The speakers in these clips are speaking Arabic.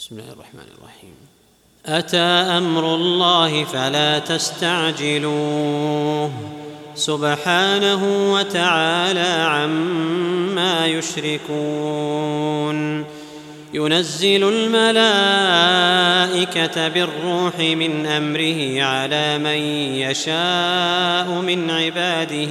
بسم الله الرحمن الرحيم. أتى أمر الله فلا تستعجلوه سبحانه وتعالى عما يشركون. ينزل الملائكة بالروح من أمره على من يشاء من عباده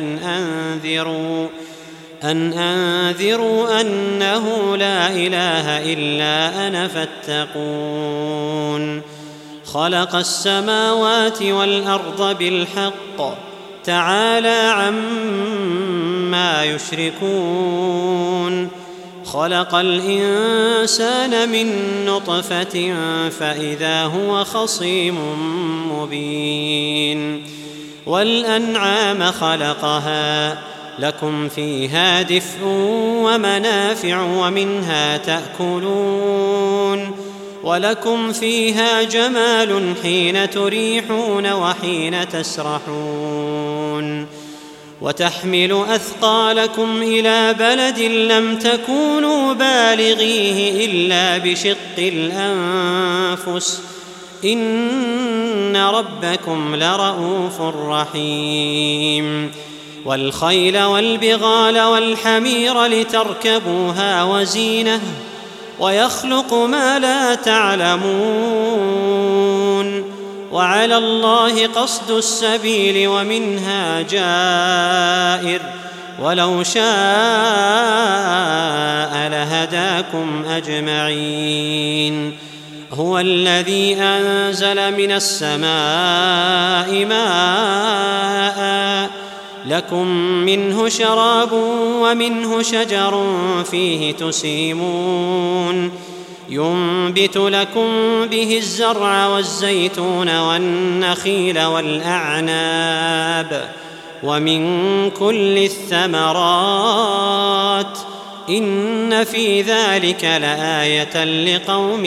أن أنذروا أنه لا إله إلا أنا فاتقون. خلق السماوات والأرض بالحق تعالى عما يشركون. خلق الإنسان من نطفة فإذا هو خصيم مبين. والأنعام خلقها لكم فيها دفء ومنافع ومنها تأكلون ولكم فيها جمال حين تريحون وحين تسرحون. وتحمل أثقالكم إلى بلد لم تكونوا بالغيه إلا بشق الأنفس إن ربكم لرءوف رحيم. والخيل والبغال والحمير لتركبوها وزينة ويخلق ما لا تعلمون. وعلى الله قصد السبيل ومنها جائر ولو شاء لهداكم أجمعين. هو الذي أنزل من السماء ماء لكم منه شراب ومنه شجر فيه تسيمون. ينبت لكم به الزرع والزيتون والنخيل والأعناب ومن كل الثمرات إن في ذلك لآية لقوم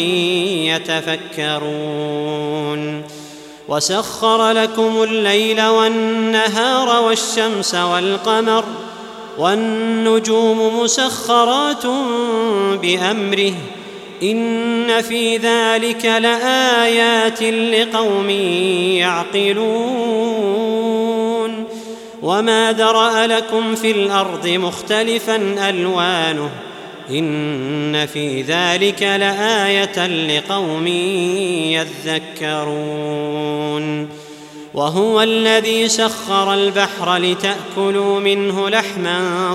يتفكرون. وسخر لكم الليل والنهار والشمس والقمر والنجوم مسخرات بأمره إن في ذلك لآيات لقوم يعقلون. وما ذرأ لكم في الأرض مختلفا ألوانه إن في ذلك لآية لقوم يذكرون. وهو الذي سخر البحر لتأكلوا منه لحما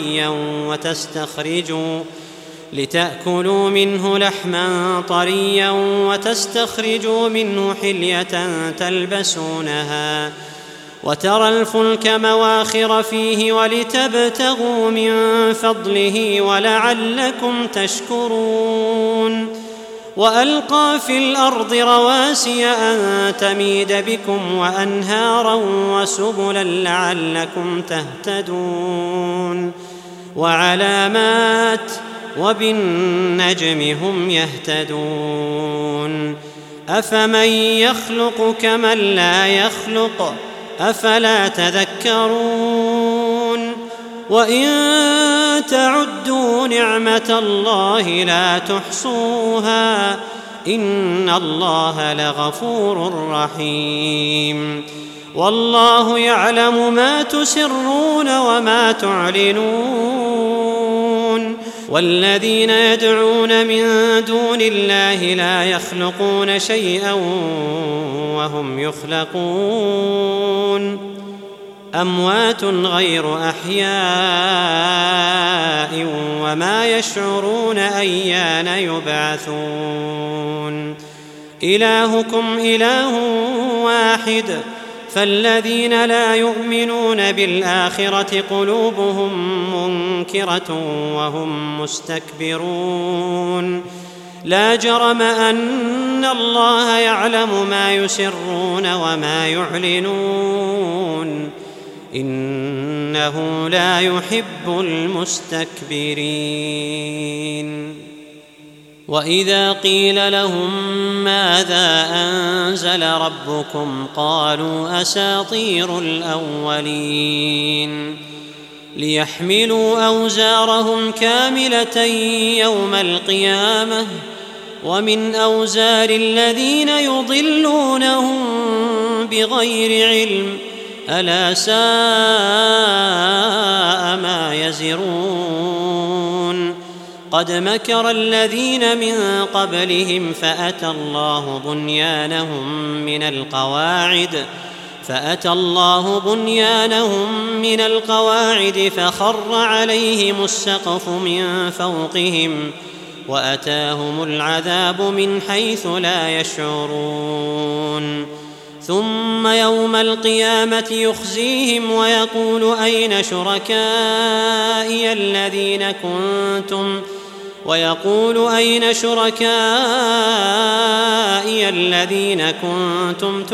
طريا وتستخرجوا منه حلية تلبسونها وترى الفلك مواخر فيه ولتبتغوا من فضله ولعلكم تشكرون. وألقى في الأرض رواسي أن تميد بكم وأنهارا وسبلا لعلكم تهتدون. وعلامات وبالنجم هم يهتدون. أفمن يخلق كمن لا يخلق أفلا تذكرون. وإن تعدوا نعمة الله لا تحصوها إن الله لغفور رحيم. والله يعلم ما تسرون وما تعلنون. والذين يدعون من دون الله لا يخلقون شيئا وهم يخلقون. أموات غير أحياء وما يشعرون أيان يبعثون. إلهكم إله واحد فالذين لا يؤمنون بالآخرة قلوبهم منكرة وهم مستكبرون. لا جرم أن الله يعلم ما يسرون وما يعلنون إنه لا يحب المستكبرين. وإذا قيل لهم ماذا أنزل ربكم قالوا أساطير الأولين. ليحملوا أوزارهم كاملة يوم القيامة ومن أوزار الذين يضلونهم بغير علم ألا ساء ما يزرون قد مكر الذين من قبلهم فأتى الله بنيانهم من القواعد فخر عليهم السقف من فوقهم وأتاهم العذاب من حيث لا يشعرون ثم يوم القيامة يخزيهم ويقول أين شركائي الذين كنتم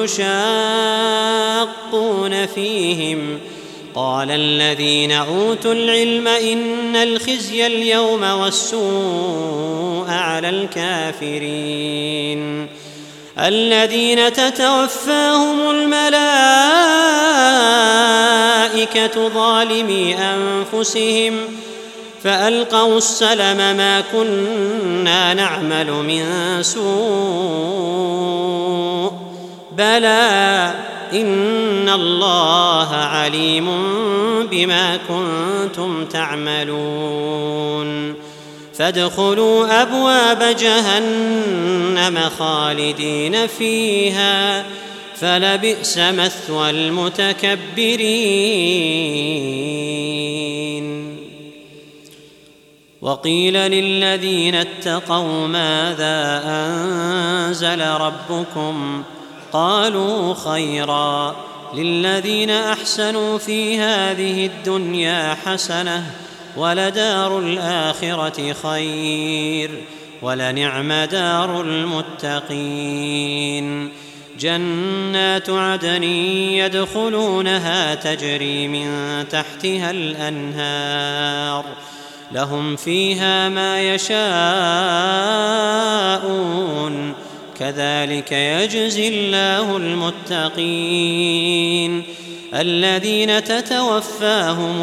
تشاقون فيهم قال الذين أوتوا العلم إن الخزي اليوم والسوء على الكافرين الذين تتوفاهم الملائكة ظالمي أنفسهم فألقوا السلم ما كنا نعمل من سوء بلى إن الله عليم بما كنتم تعملون فادخلوا أبواب جهنم خالدين فيها فلبئس مثوى المتكبرين وقيل للذين اتقوا ماذا أنزل ربكم قالوا خيرا للذين أحسنوا في هذه الدنيا حسنة ولدار الآخرة خير ولنعم دار المتقين جنات عدن يدخلونها تجري من تحتها الأنهار لهم فيها ما يشاءون كذلك يجزي الله المتقين الذين تتوفاهم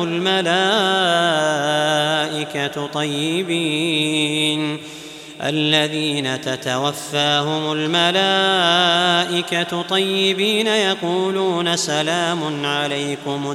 الملائكة طيبين يقولون سلام عليكم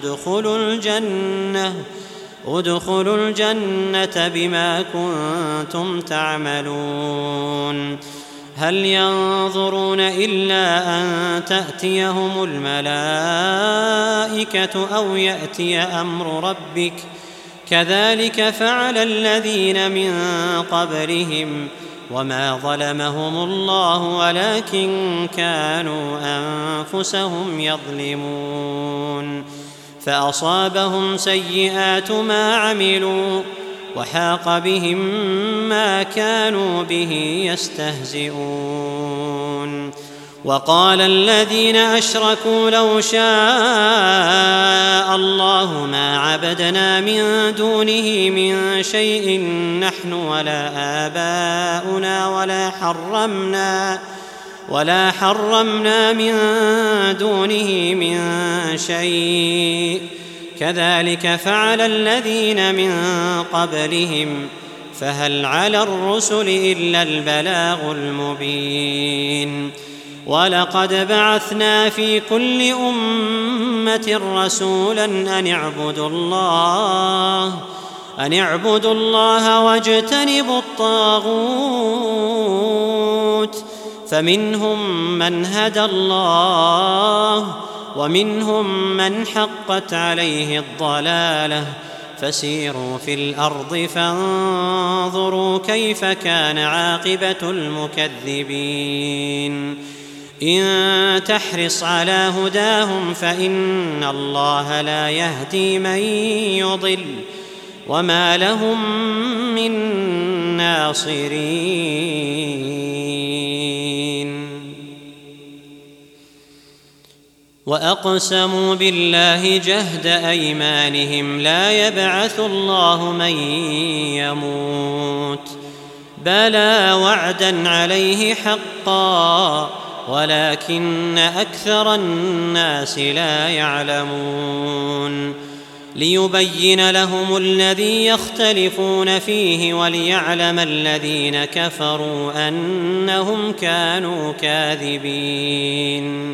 ادخلوا الجنة بما كنتم تعملون هل ينظرون إلا أن تأتيهم الملائكة أو يأتي أمر ربك كذلك فعل الذين من قبلهم وما ظلمهم الله ولكن كانوا أنفسهم يظلمون فأصابهم سيئات ما عملوا وحاق بهم ما كانوا به يستهزئون وقال الذين أشركوا لو شاء الله ما عبدنا من دونه من شيء نحن ولا آباؤنا ولا حرمنا من دونه من شيء كذلك فعل الذين من قبلهم فهل على الرسل إلا البلاغ المبين ولقد بعثنا في كل أمة رسولا أن اعبدوا الله واجتنبوا الطاغوت فمنهم من هدى الله ومنهم من حقت عليه الضلالة فسيروا في الأرض فانظروا كيف كان عاقبة المكذبين إن تحرص على هداهم فإن الله لا يهدي من يضل وما لهم من ناصرين وأقسموا بالله جهد أيمانهم لا يبعث الله من يموت بلى وعدا عليه حقا ولكن أكثر الناس لا يعلمون ليبين لهم الذي يختلفون فيه وليعلم الذين كفروا أنهم كانوا كاذبين.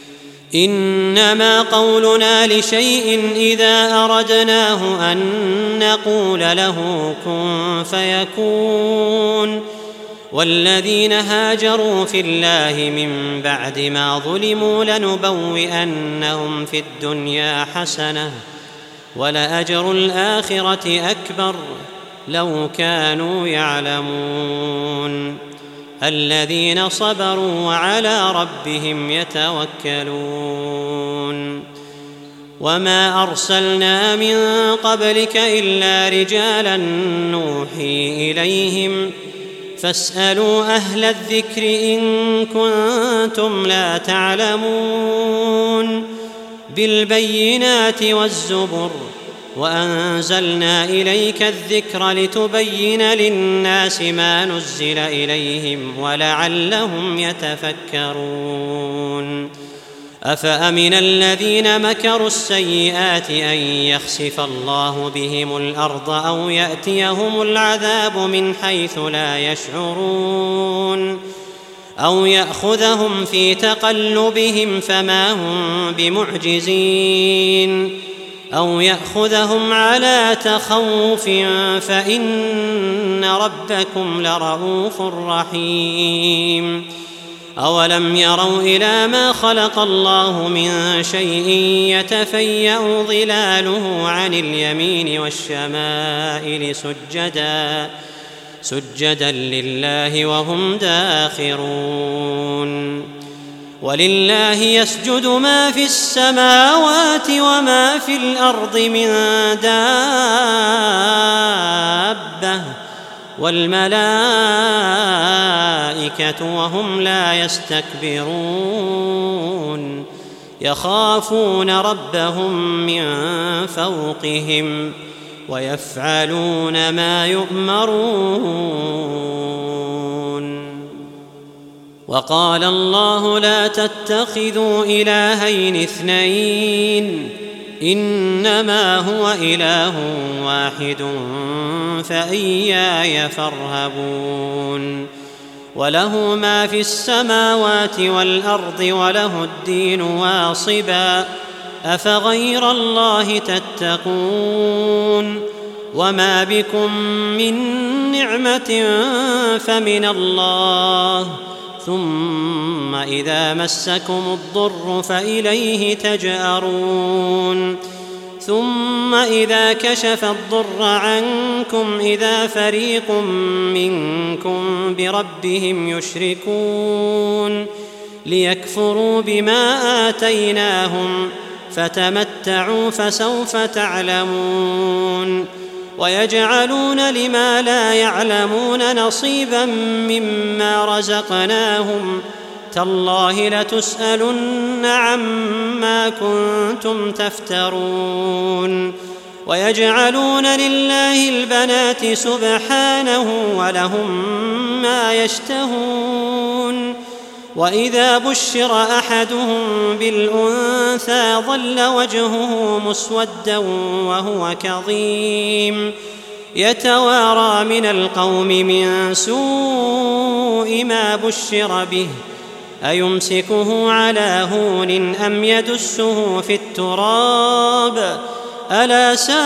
إنما قولنا لشيء إذا أردناه أن نقول له كن فيكون. والذين هاجروا في الله من بعد ما ظلموا لنبوئنهم في الدنيا حسنة ولأجر الآخرة أكبر لو كانوا يعلمون. الذين صبروا وعلى ربهم يتوكلون. وما أرسلنا من قبلك إلا رجالا نوحي إليهم فاسألوا أهل الذكر إن كنتم لا تعلمون. بالبينات والزبر وأنزلنا إليك الذكر لتبين للناس ما نزل إليهم ولعلهم يتفكرون. أفأمن الذين مكروا السيئات أن يخسف الله بهم الأرض أو يأتيهم العذاب من حيث لا يشعرون أو يأخذهم في تقلبهم فما هم بمعجزين أو يأخذهم على تخوف فإن ربكم لرؤوف رحيم. أولم يروا إلى ما خلق الله من شيء يتفيأ ظلاله عن اليمين والشمائل سجدا لله وهم داخرون. ولله يسجد ما في السماوات وما في الأرض من دابة والملائكة وهم لا يستكبرون يخافون ربهم من فوقهم ويفعلون ما يؤمرون. وقال الله لا تتخذوا إلهين اثنين إنما هو إله واحد فإياي فارهبون. وله ما في السماوات والأرض وله الدين واصبا أفغير الله تتقون. وما بكم من نعمة فمن الله ثم إذا مسكم الضر فإليه تجأرون. ثم إذا كشف الضر عنكم إذا فريق منكم بربهم يشركون ليكفروا بما آتيناهم فتمتعوا فسوف تعلمون. ويجعلون لما لا يعلمون نصيبا مما رزقناهم تالله لتسألن عما كنتم تفترون. ويجعلون لله البنات سبحانه ولهم ما يشتهون. وإذا بشر أحدهم بالأنثى ظل وجهه مسودا وهو كظيم يتوارى من القوم من سوء ما بشر به أيمسكه على هون أم يدسه في التراب ألا ساء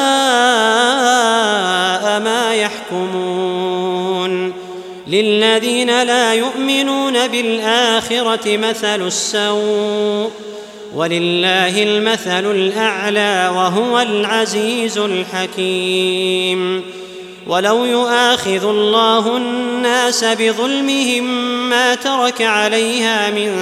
ما يحكمون. للذين لا يؤمنون بالآخرة مثل السوء ولله المثل الأعلى وهو العزيز الحكيم. ولو يؤاخذ الله الناس بظلمهم ما ترك عليها من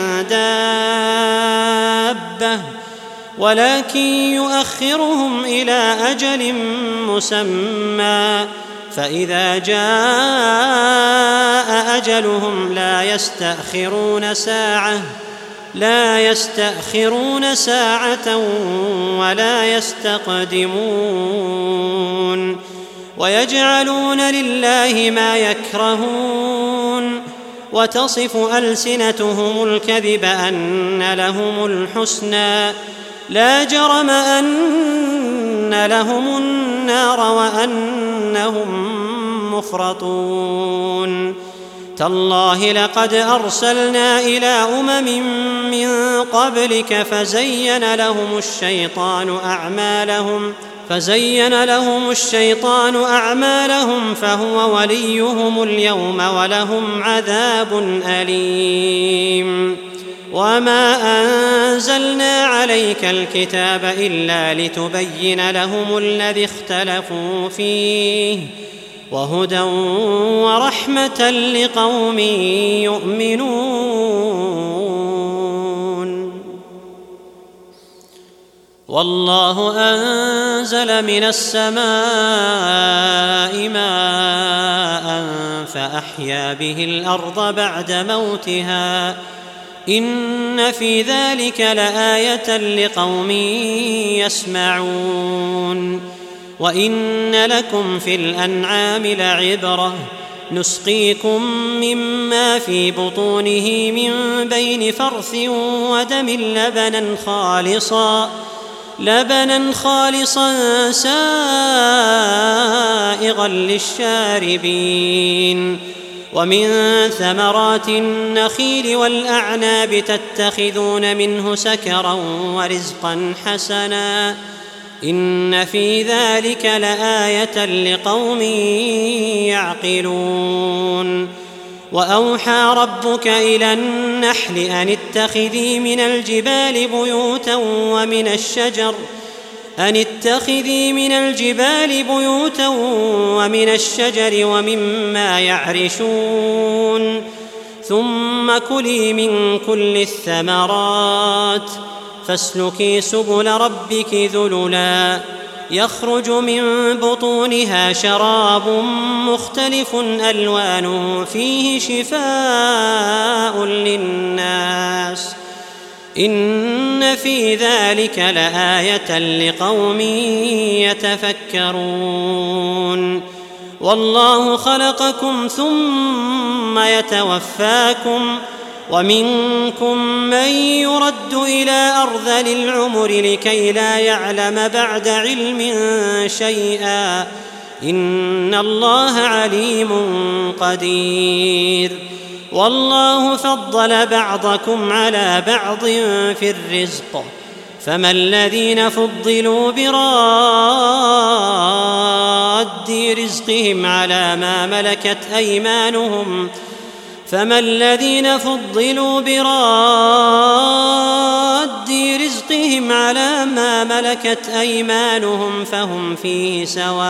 دابة ولكن يؤخرهم إلى أجل مسمى فإذا جاء أجلهم لا يستأخرون ساعة ولا يستقدمون. ويجعلون لله ما يكرهون وتصف ألسنتهم الكذب أن لهم الحسنى لا جرم أن أن لهم النار وأنهم مفرطون تالله لقد أرسلنا إلى أمم من قبلك فزين لهم الشيطان أعمالهم فهو وليهم اليوم ولهم عذاب أليم وما أنزلنا عليك الكتاب إلا لتبين لهم الذي اختلفوا فيه وهدى ورحمة لقوم يؤمنون والله أنزل من السماء ماء فأحيا به الأرض بعد موتها إن في ذلك لآية لقوم يسمعون وإن لكم في الأنعام لعبرة نسقيكم مما في بطونه من بين فرث ودم لبنا خالصا سائغا للشاربين ومن ثمرات النخيل والأعناب تتخذون منه سكرا ورزقا حسنا إن في ذلك لآية لقوم يعقلون وأوحى ربك إلى النحل أن اتخذي من الجبال بيوتا ومن الشجر ومما يعرشون ثم كلي من كل الثمرات فاسلكي سبل ربك ذللا يخرج من بطونها شراب مختلف ألوانه فيه شفاء للناس إن في ذلك لآية لقوم يتفكرون والله خلقكم ثم يتوفاكم ومنكم من يرد إلى أرذل العمر لكي لا يعلم بعد علم شيئا إن الله عليم قدير والله فضل بعضكم على بعض في الرزق فما الذين فضلوا براد رزقهم على ما ملكت أيمانهم فهم فيه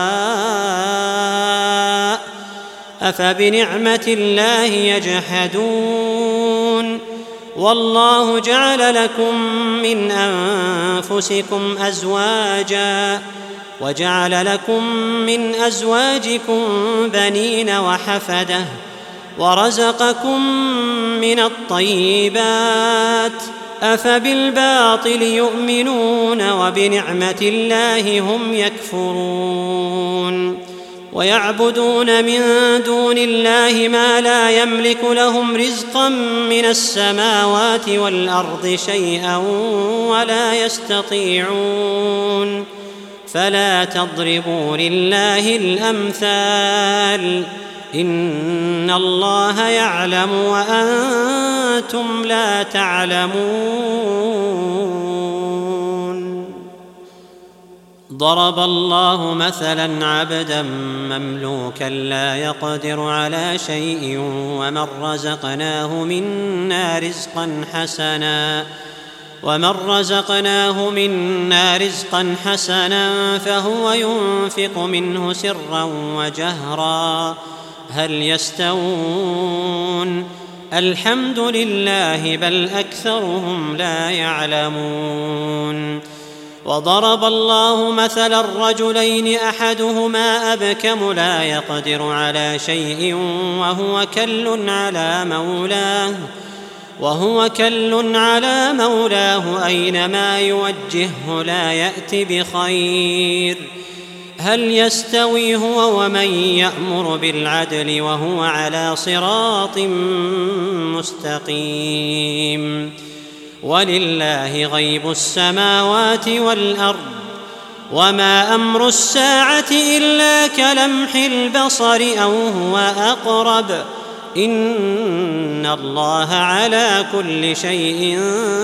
سواء أفبنعمة الله يجحدون والله جعل لكم من أنفسكم أزواجا وجعل لكم من أزواجكم بنين وحفدة ورزقكم من الطيبات أفبالباطل يؤمنون وبنعمة الله هم يكفرون ويعبدون من دون الله ما لا يملك لهم رزقا من السماوات والأرض شيئا ولا يستطيعون فلا تضربوا لله الأمثال إن الله يعلم وأنتم لا تعلمون ضرب الله مثلا عبدا مملوكا لا يقدر على شيء ومن رزقناه منا رزقا حسنا فهو ينفق منه سرا وجهرا هل يستوون الحمد لله بل أكثرهم لا يعلمون وضرب الله مثلا الرجلين أحدهما أبكم لا يقدر على شيء وهو كل على مولاه أينما يوجهه لا يأت بخير هل يستوي هو ومن يأمر بالعدل وهو على صراط مستقيم ولله غيب السماوات والأرض وما أمر الساعة إلا كلمح البصر أو هو أقرب إن الله على كل شيء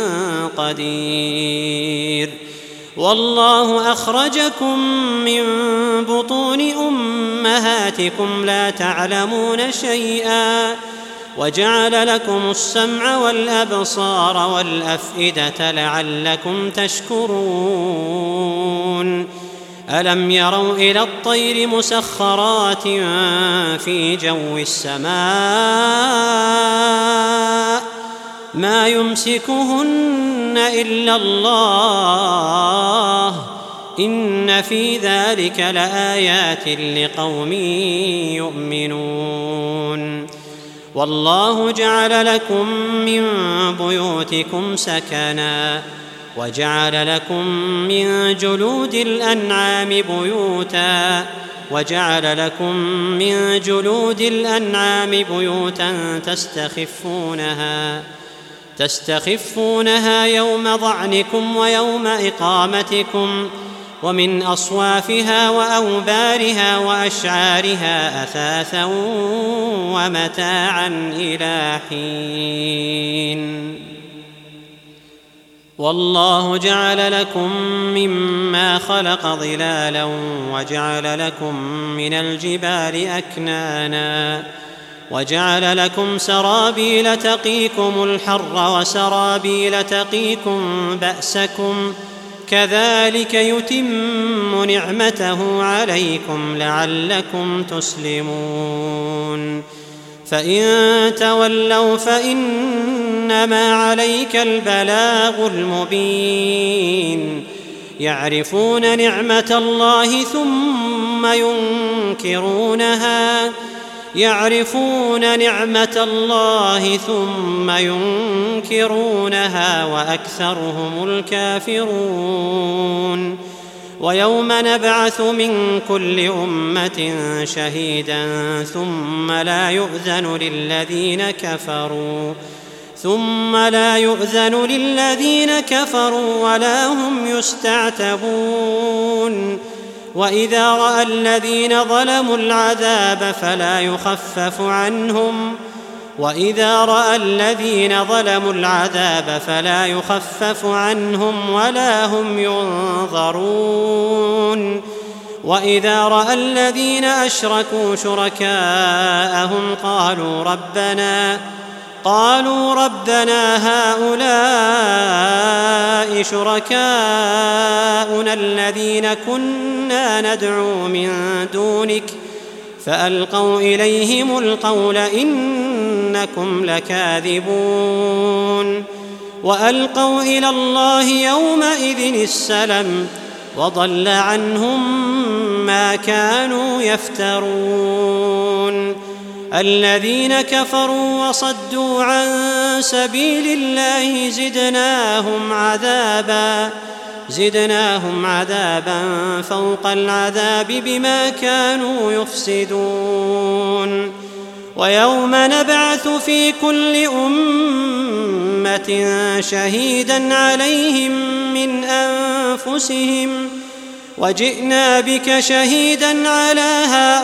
قدير والله أخرجكم من بطون أمهاتكم لا تعلمون شيئا وجعل لكم السمع والأبصار والأفئدة لعلكم تشكرون ألم يروا إلى الطير مسخرات في جو السماء ما يمسكهن إلا الله إن في ذلك لآيات لقوم يؤمنون والله جعل لكم من بيوتكم سكنا وجعل لكم من جلود الأنعام بيوتا تستخفونها يوم ظعنكم ويوم إقامتكم ومن أصوافها وأوبارها وأشعارها أثاثا ومتاعا إلى حين والله جعل لكم مما خلق ظلالا وجعل لكم من الجبال أكنانا وجعل لكم سرابيل تقيكم الحر وسرابيل تقيكم بأسكم كذلك يتم نعمته عليكم لعلكم تسلمون فإن تولوا فإنما عليك البلاغ المبين يعرفون نعمة الله ثم ينكرونها وأكثرهم الكافرون ويوم نبعث من كل أمة شهيدا ثم لا يؤذن للذين كفروا ولا هم يستعتبون وإذا رأى الذين ظلموا العذاب فلا يخفف عنهم ولا هم ينظرون وإذا رأى الذين أشركوا شركاءهم قالوا ربنا هؤلاء شركاؤنا الذين كنا ندعو من دونك فألقوا إليهم القول إنكم لكاذبون وألقوا إلى الله يومئذ السلم وضل عنهم ما كانوا يفترون الذين كفروا وصدوا عن سبيل الله زدناهم عذابا فوق العذاب بما كانوا يفسدون ويوم نبعث في كل أمة شهيدا عليهم من أنفسهم وجئنا بك شهيدا على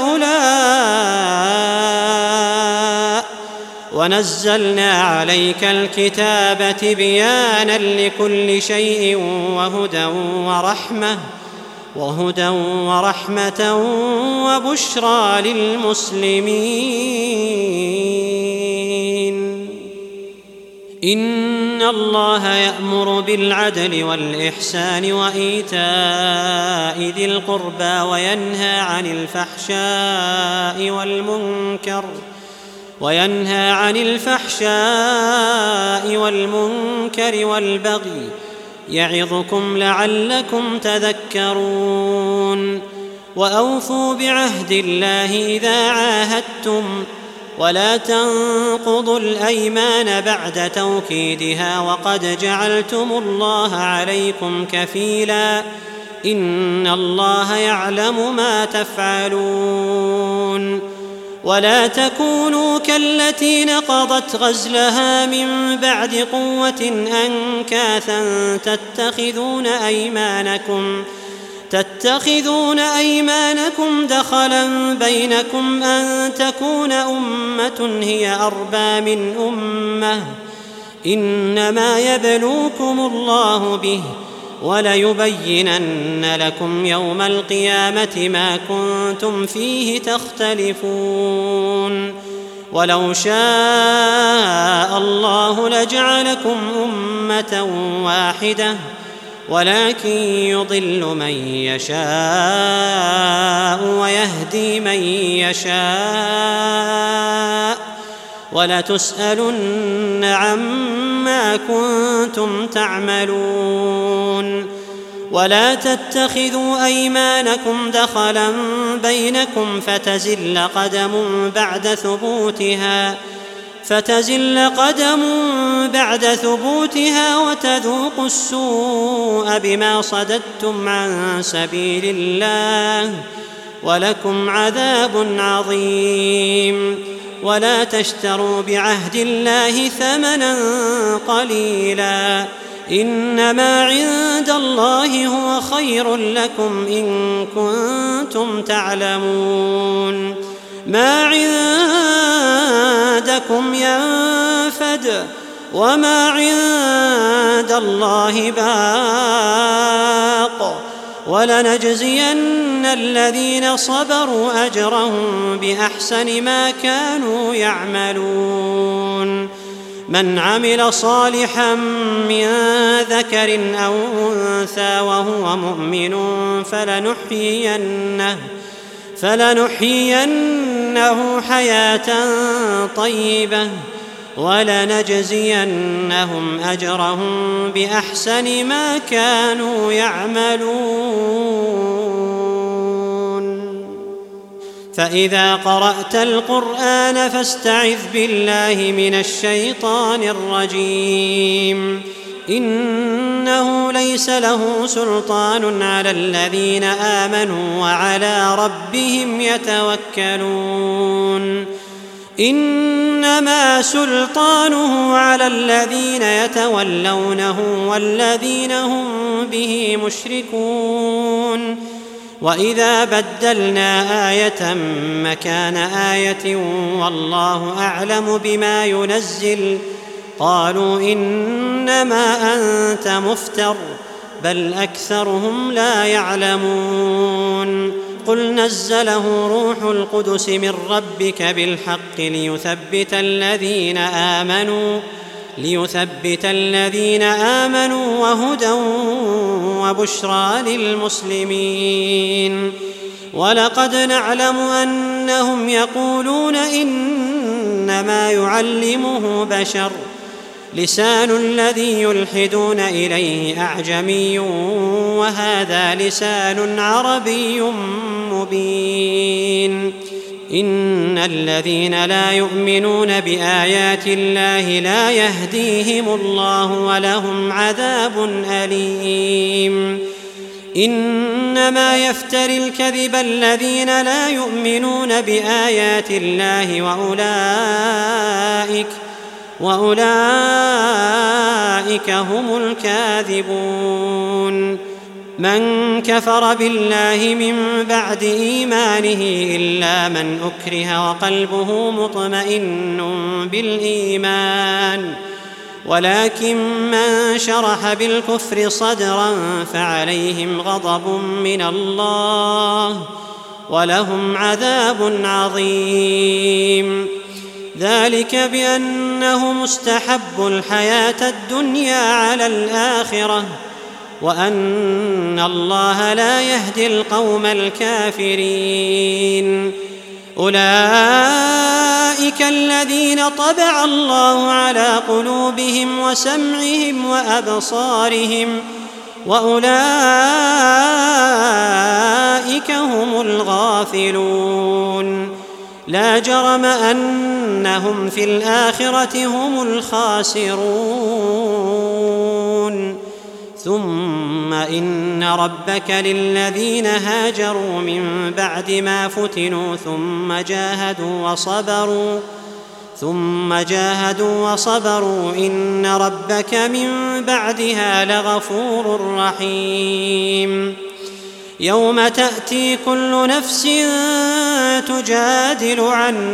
هؤلاء ونزلنا عليك الكتاب تبيانا لكل شيء وهدى ورحمة وبشرى للمسلمين إن الله يأمر بالعدل والإحسان وإيتاء ذي القربى وينهى عن الفحشاء والمنكر والبغي يعظكم لعلكم تذكرون وأوفوا بعهد الله إذا عاهدتم ولا تنقضوا الأيمان بعد توكيدها وقد جعلتم الله عليكم كفيلا إن الله يعلم ما تفعلون ولا تكونوا كالتي نقضت غزلها من بعد تتخذون أيمانكم دخلا بينكم أن تكون أمة هي أربى من أمة إنما يبلوكم الله به وليبينن لكم يوم القيامة ما كنتم فيه تختلفون ولو شاء الله لجعلكم أمة واحدة ولكن يضل من يشاء ويهدي من يشاء ولتسألن عما كنتم تعملون ولا تتخذوا أيمانكم دخلا بينكم فتزل قدم بعد ثبوتها وتذوقوا السوء بما صددتم عن سبيل الله ولكم عذاب عظيم ولا تشتروا بعهد الله ثمنا قليلا إنما عند الله هو خير لكم إن كنتم تعلمون ما عندكم ينفد وما عند الله باق ولنجزين الذين صبروا أجرهم بأحسن ما كانوا يعملون من عمل صالحا من ذكر أو أنثى وهو مؤمن فلنحيينه حياة طيبة ولنجزينهم أجرهم بأحسن ما كانوا يعملون فإذا قرأت القرآن فاستعذ بالله من الشيطان الرجيم إنه ليس له سلطان على الذين آمنوا وعلى ربهم يتوكلون إنما سلطانه على الذين يتولونه والذين هم به مشركون وإذا بدلنا آية مكان آية والله أعلم بما ينزل قالوا إنما أنت مفتر بل أكثرهم لا يعلمون قل نزله روح القدس من ربك بالحق ليثبت الذين آمنوا وهدى وبشرى للمسلمين ولقد نعلم أنهم يقولون إنما يعلمه بشر لسان الذي يلحدون إليه أعجمي وهذا لسان عربي مبين إن الذين لا يؤمنون بآيات الله لا يهديهم الله ولهم عذاب أليم إنما يفتري الكذب الذين لا يؤمنون بآيات الله وأولئك هم الكاذبون من كفر بالله من بعد إيمانه إلا من أكره وقلبه مطمئن بالإيمان ولكن من شرح بالكفر صدرا فعليهم غضب من الله ولهم عذاب عظيم ذلك بأنه مستحب الحياة الدنيا على الآخرة وأن الله لا يهدي القوم الكافرين أولئك الذين طبع الله على قلوبهم وسمعهم وأبصارهم وأولئك هم الغافلون لا جرم أنهم في الآخرة هم الخاسرون ثم إن ربك للذين هاجروا من بعد ما فتنوا ثم جاهدوا وصبروا إن ربك من بعدها لغفور رحيم يوم تأتي كل نفس تجادل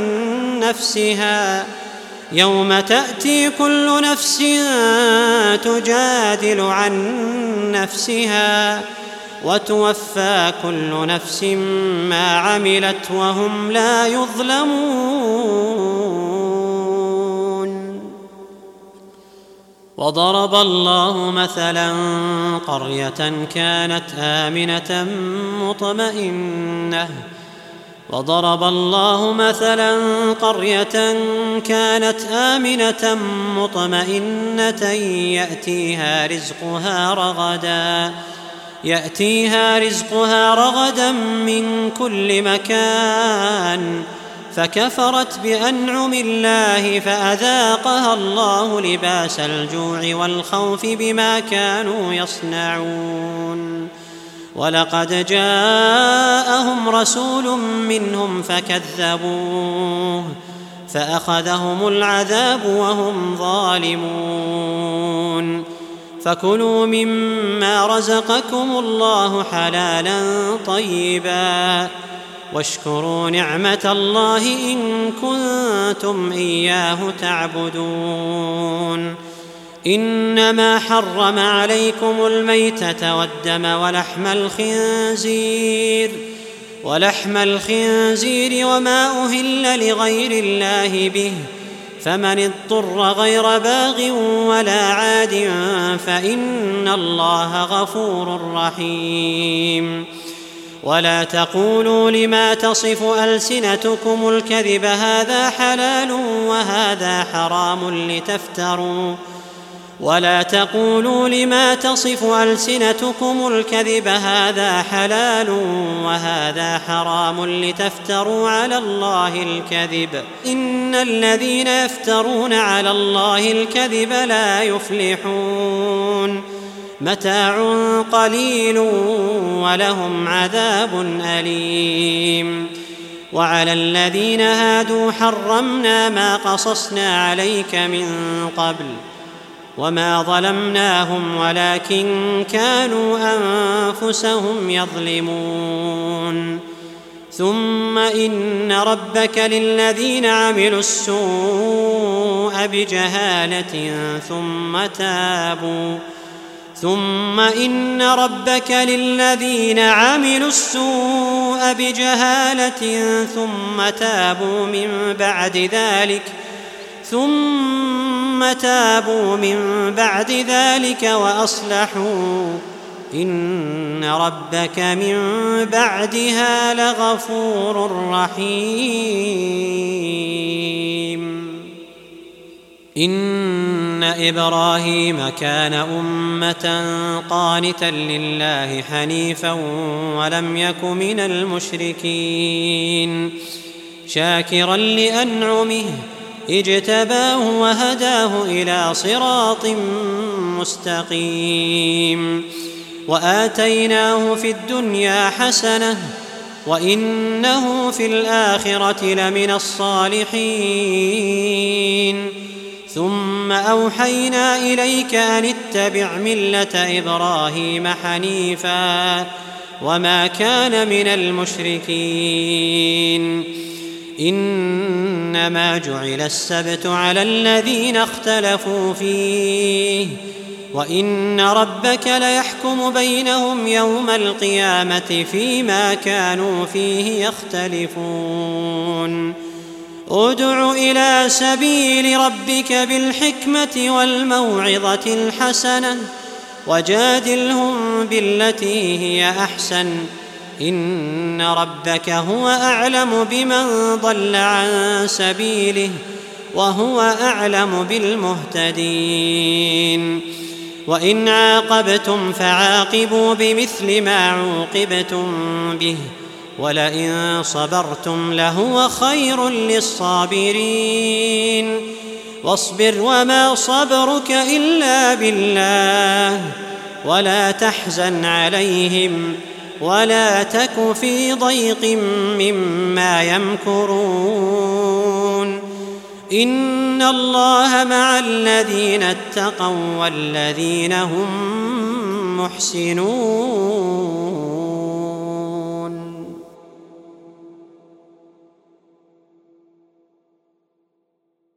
عن نفسها وتوفى كل نفس ما عملت وهم لا يظلمون. وضرب الله مثلا قرية كانت آمنة مطمئنة يأتيها رزقها رغدا من كل مكان فكفرت بأنعم الله فأذاقها الله لباس الجوع والخوف بما كانوا يصنعون. ولقد جاءهم رسول منهم فكذبوه فأخذهم العذاب وهم ظالمون. فكلوا مما رزقكم الله حلالا طيبا واشكروا نعمة الله إن كنتم إياه تعبدون. إنما حرم عليكم الميتة والدم ولحم الخنزير وما أهل لغير الله به فمن اضطر غير باغ ولا عاد فإن الله غفور رحيم. ولا تقولوا لما تصف ألسنتكم الكذب هذا حلال وهذا حرام لتفتروا على الله الكذب إن الذين يفترون على الله الكذب لا يفلحون. متاع قليل ولهم عذاب أليم. وعلى الذين هادوا حرمنا ما قصصنا عليك من قبل وما ظلمناهم ولكن كانوا أنفسهم يظلمون. ثم إن ربك للذين عملوا السوء بجهالة ثم تابوا من بعد ذلك وأصلحوا إن ربك من بعدها لغفور رحيم. إن إبراهيم كان أمة قانتا لله حنيفا ولم يك من المشركين شاكرا لأنعمه اجتباه وهداه إلى صراط مستقيم. وآتيناه في الدنيا حسنة وإنه في الآخرة لمن الصالحين. ثم أوحينا إليك أن اتبع ملة إبراهيم حنيفا وما كان من المشركين. إنما جعل السبت على الذين اختلفوا فيه وإن ربك ليحكم بينهم يوم القيامة فيما كانوا فيه يختلفون. ادع إلى سبيل ربك بالحكمة والموعظة الحسنة وجادلهم بالتي هي أحسن إن ربك هو أعلم بمن ضل عن سبيله وهو أعلم بالمهتدين. وإن عاقبتم فعاقبوا بمثل ما عوقبتم به ولئن صبرتم لهو خير للصابرين. واصبر وما صبرك إلا بالله ولا تحزن عليهم ولا تك في ضيق مما يمكرون. إن الله مع الذين اتقوا والذين هم محسنون.